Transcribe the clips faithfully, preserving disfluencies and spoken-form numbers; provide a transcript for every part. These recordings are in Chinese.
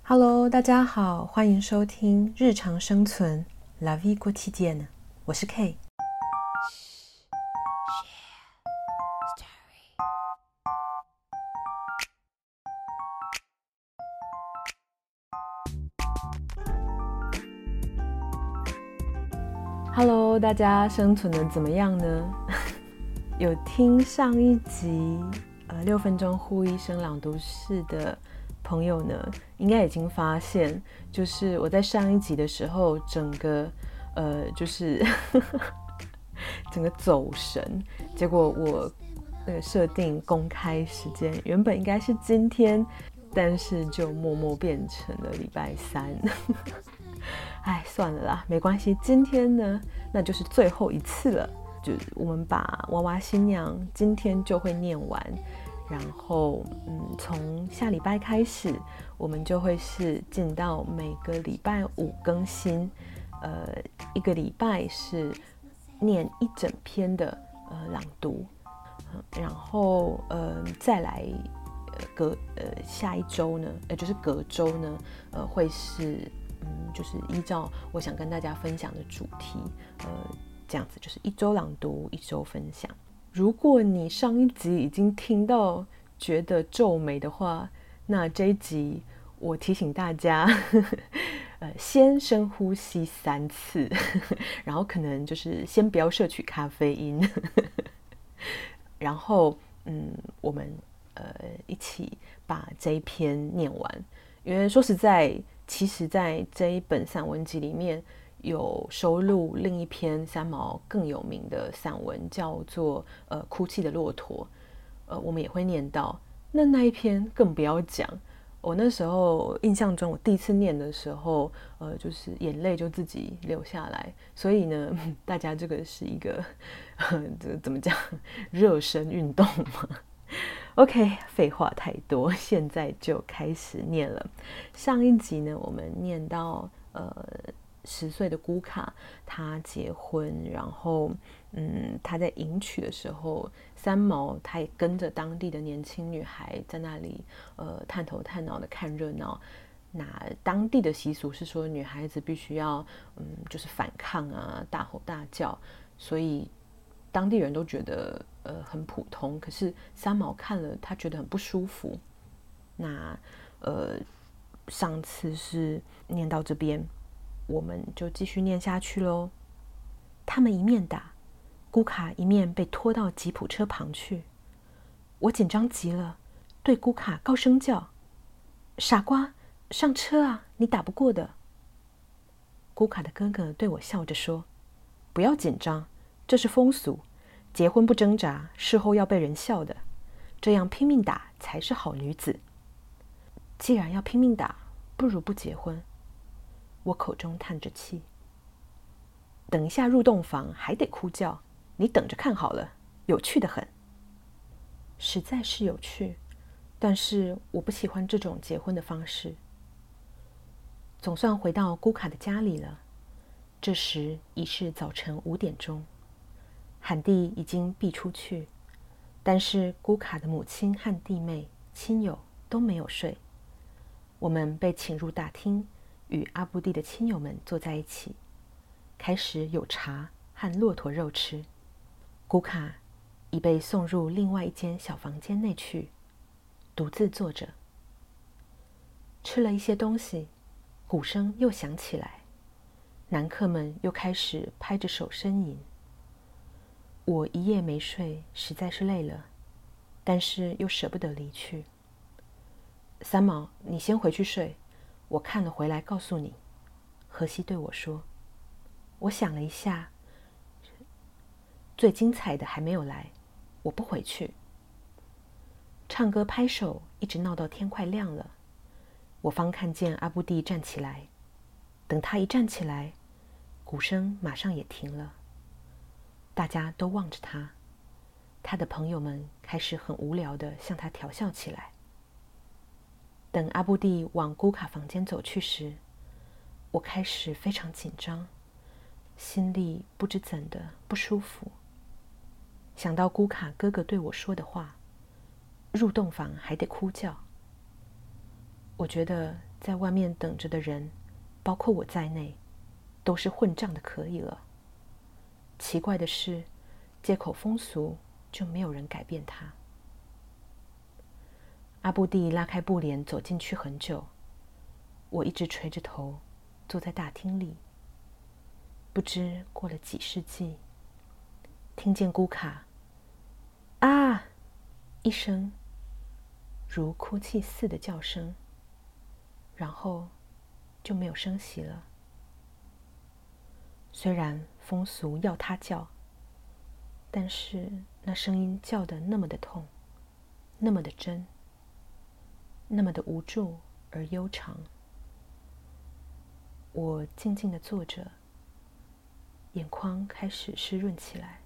Hello，大家好，欢迎收听日常生存 La Vie Quotidienne，我是 K。Hello，大家生存的怎么样呢？有听上一集呃六分钟呼医生朗读室的朋友呢，应该已经发现，就是我在上一集的时候，整个呃就是整个走神，结果我那个设定公开时间原本应该是今天，但是就默默变成了礼拜三。哎，算了啦，没关系，今天呢，那就是最后一次了。就我们把娃娃新娘今天就会念完，然后嗯，从下礼拜开始，我们就会是进到每个礼拜五更新，呃，一个礼拜是念一整篇的呃朗读，嗯、然后呃再来呃隔呃下一周呢，呃就是隔周呢，呃会是。嗯，就是依照我想跟大家分享的主题，呃，这样子就是一周朗读，一周分享。如果你上一集已经听到觉得皱眉的话，那这一集我提醒大家，呃，先深呼吸三次，然后可能就是先不要摄取咖啡因，然后嗯，我们呃一起把这一篇念完，因为说实在。其实在这一本散文集里面有收录另一篇三毛更有名的散文，叫做呃哭泣的骆驼，呃我们也会念到。那那一篇更不要讲，我那时候印象中我第一次念的时候，呃就是眼泪就自己流下来。所以呢，大家这个是一个呃这个怎么讲热身运动嘛。OK， 废话太多，现在就开始念了。上一集呢，我们念到呃十岁的姑卡，她结婚，然后嗯，她在迎娶的时候，三毛她也跟着当地的年轻女孩在那里呃探头探脑的看热闹。那当地的习俗是说，女孩子必须要嗯就是反抗啊，大吼大叫，所以当地人都觉得呃很普通，可是三毛看了他觉得很不舒服。那呃上次是念到这边，我们就继续念下去咯。他们一面打，姑卡一面被拖到吉普车旁去。我紧张极了，对姑卡高声叫：“傻瓜，上车啊，你打不过的。”姑卡的哥哥对我笑着说：“不要紧张，这是风俗，结婚不挣扎，事后要被人笑的。这样拼命打才是好女子。既然要拼命打，不如不结婚。”我口中叹着气。等一下入洞房还得哭叫，你等着看好了，有趣得很。实在是有趣，但是我不喜欢这种结婚的方式。总算回到姑卡的家里了。这时已是早晨五点钟，罕蒂已经避出去，但是姑卡的母亲和弟妹、亲友都没有睡。我们被请入大厅，与阿布蒂的亲友们坐在一起，开始有茶和骆驼肉吃。姑卡已被送入另外一间小房间内去，独自坐着。吃了一些东西，鼓声又响起来，男客们又开始拍着手呻吟。我一夜没睡，实在是累了，但是又舍不得离去。三毛，你先回去睡，我看了回来告诉你。荷西对我说。我想了一下，最精彩的还没有来，我不回去。唱歌拍手一直闹到天快亮了，我方看见阿布蒂站起来。等他一站起来，鼓声马上也停了。大家都望着他，他的朋友们开始很无聊地向他调笑起来。等阿布蒂往姑卡房间走去时，我开始非常紧张，心里不知怎的不舒服。想到姑卡哥哥对我说的话，入洞房还得哭叫。 我觉得在外面等着的人，包括我在内，都是混账的可以了。奇怪的是，借口风俗就没有人改变它。阿布蒂拉开布帘走进去很久，我一直垂着头坐在大厅里。不知过了几世纪，听见姑卡啊一声如哭泣似的叫声，然后就没有声息了。虽然风俗要他叫，但是那声音叫得那么的痛，那么的真，那么的无助而悠长。我静静地坐着，眼眶开始湿润起来。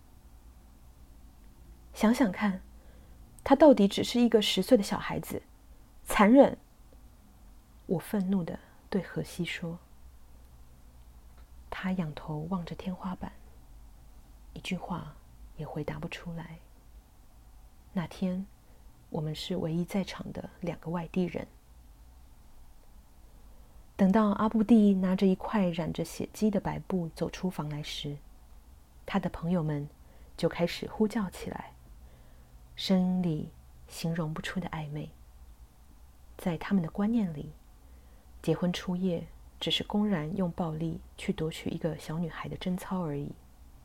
想想看，他到底只是一个十岁的小孩子，残忍！我愤怒地对荷西说。他仰头望着天花板，一句话也回答不出来。那天，我们是唯一在场的两个外地人。等到阿布蒂拿着一块染着血迹的白布走出房来时，他的朋友们就开始呼叫起来，声音里形容不出的暧昧。在他们的观念里，结婚初夜只是公然用暴力去夺取一个小女孩的贞操而已。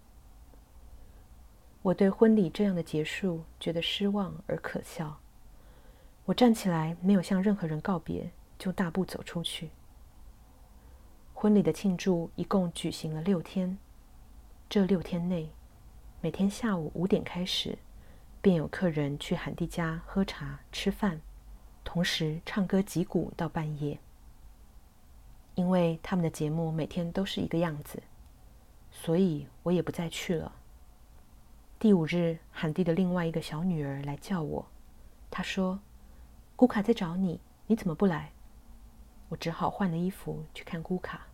我对婚礼这样的结束觉得失望而可笑。我站起来，没有向任何人告别，就大步走出去。婚礼的庆祝一共举行了六天，这六天内，每天下午五点开始，便有客人去罕蒂家喝茶吃饭，同时唱歌击鼓到半夜。因为他们的节目每天都是一个样子，所以我也不再去了。第五日，罕蒂的另外一个小女儿来叫我，她说：“姑卡在找你，你怎么不来？”我只好换了衣服去看姑卡。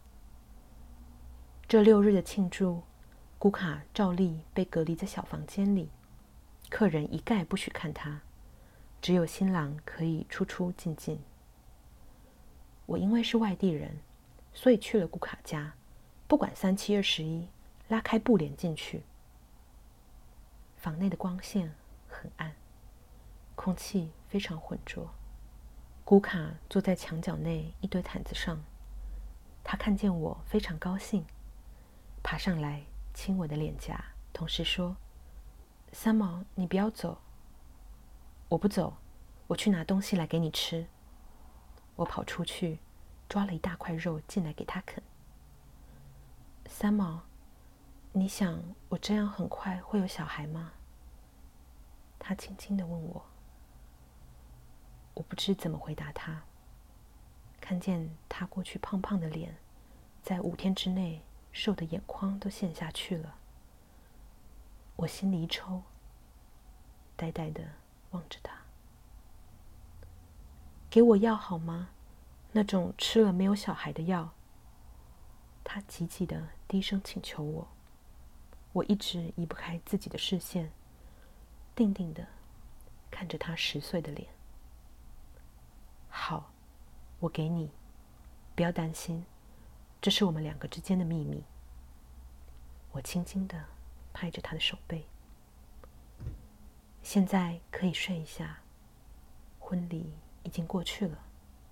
这六日的庆祝，姑卡照例被隔离在小房间里，客人一概不许看她，只有新郎可以出出进进。我因为是外地人，所以去了姑卡家，不管三七二十一，拉开布帘进去。房内的光线很暗，空气非常浑浊。姑卡坐在墙角内一堆毯子上，她看见我非常高兴，爬上来亲我的脸颊，同时说：“三毛，你不要走。”“我不走，我去拿东西来给你吃。”我跑出去，抓了一大块肉进来给他啃。“三毛，你想我这样很快会有小孩吗？”他轻轻地问我。我不知怎么回答他。看见他过去胖胖的脸，在五天之内瘦的眼眶都陷下去了。我心里一抽，呆呆地望着他。“给我药好吗？那种吃了没有小孩的药。”他急急地低声请求我。我一直移不开自己的视线，定定地看着他十岁的脸。“好，我给你，不要担心，这是我们两个之间的秘密。”我轻轻地拍着他的手背。“现在可以睡一下，婚礼已经过去了。”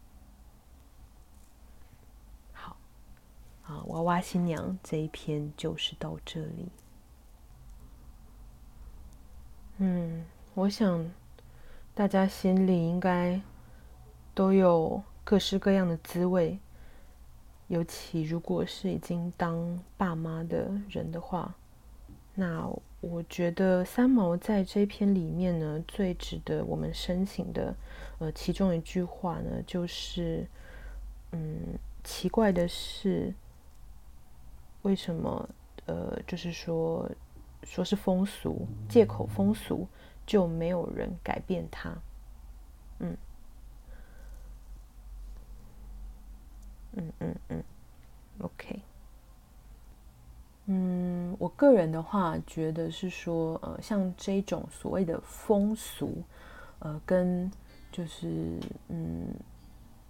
好，啊，娃娃新娘这一篇就是到这里。嗯，我想大家心里应该都有各式各样的滋味，尤其如果是已经当爸妈的人的话，那我觉得三毛在这篇里面呢，最值得我们深省的，呃，其中一句话呢，就是，嗯，奇怪的是，为什么，呃，就是说，说是风俗，借口风俗，就没有人改变它，嗯。嗯嗯嗯 ，OK， 嗯，我个人的话觉得是说，呃，像这种所谓的风俗，呃，跟就是嗯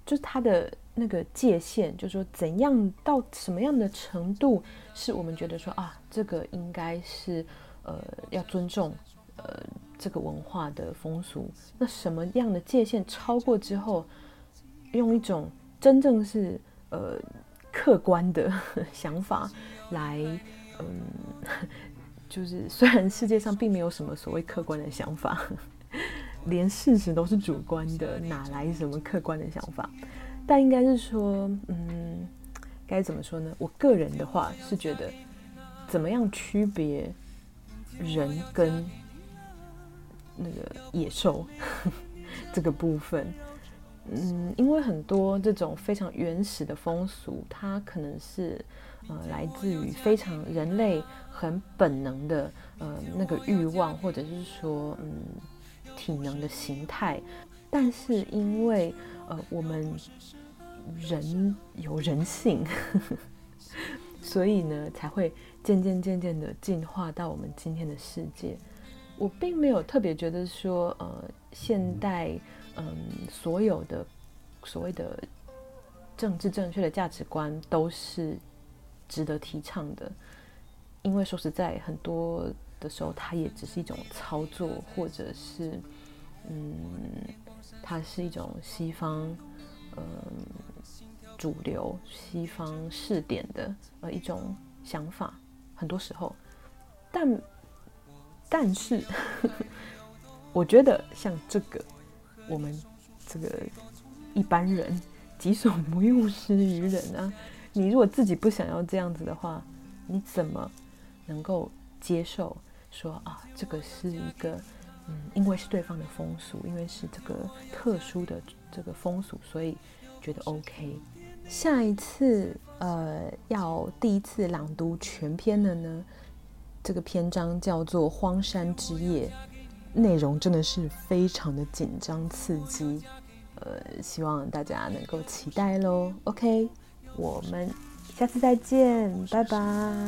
就是它的那个界限，就是说怎样到什么样的程度是我们觉得说啊，这个应该是呃要尊重呃这个文化的风俗，那什么样的界限超过之后，用一种真正是呃客观的想法来，嗯，就是虽然世界上并没有什么所谓客观的想法，连事实都是主观的，哪来什么客观的想法？但应该是说，嗯，该怎么说呢？我个人的话是觉得，怎么样区别人跟那个野兽这个部分，嗯，因为很多这种非常原始的风俗，它可能是呃来自于非常人类很本能的呃那个欲望，或者是说嗯体能的形态，但是因为呃我们人有人性，所以呢才会渐渐渐渐的进化到我们今天的世界。我并没有特别觉得说，呃，现代嗯所有的所谓的政治正确的价值观都是值得提倡的，因为说实在，很多的时候它也只是一种操作，或者是嗯，它是一种西方嗯主流、西方试点的呃一种想法，很多时候，但。但是我觉得像这个我们这个一般人己所不欲，勿施于人啊，你如果自己不想要这样子的话，你怎么能够接受说啊这个是一个嗯因为是对方的风俗，因为是这个特殊的这个风俗，所以觉得 OK。 下一次呃要第一次朗读全篇的呢，这个篇章叫做《荒山之夜》，内容真的是非常的紧张刺激，呃，希望大家能够期待咯。 OK， 我们下次再见，拜拜。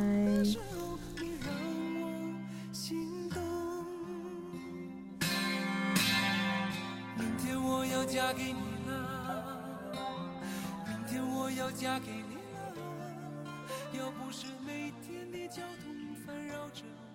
明天我要嫁给你了，明天我要嫁给你了，要不是每天的交通烦扰着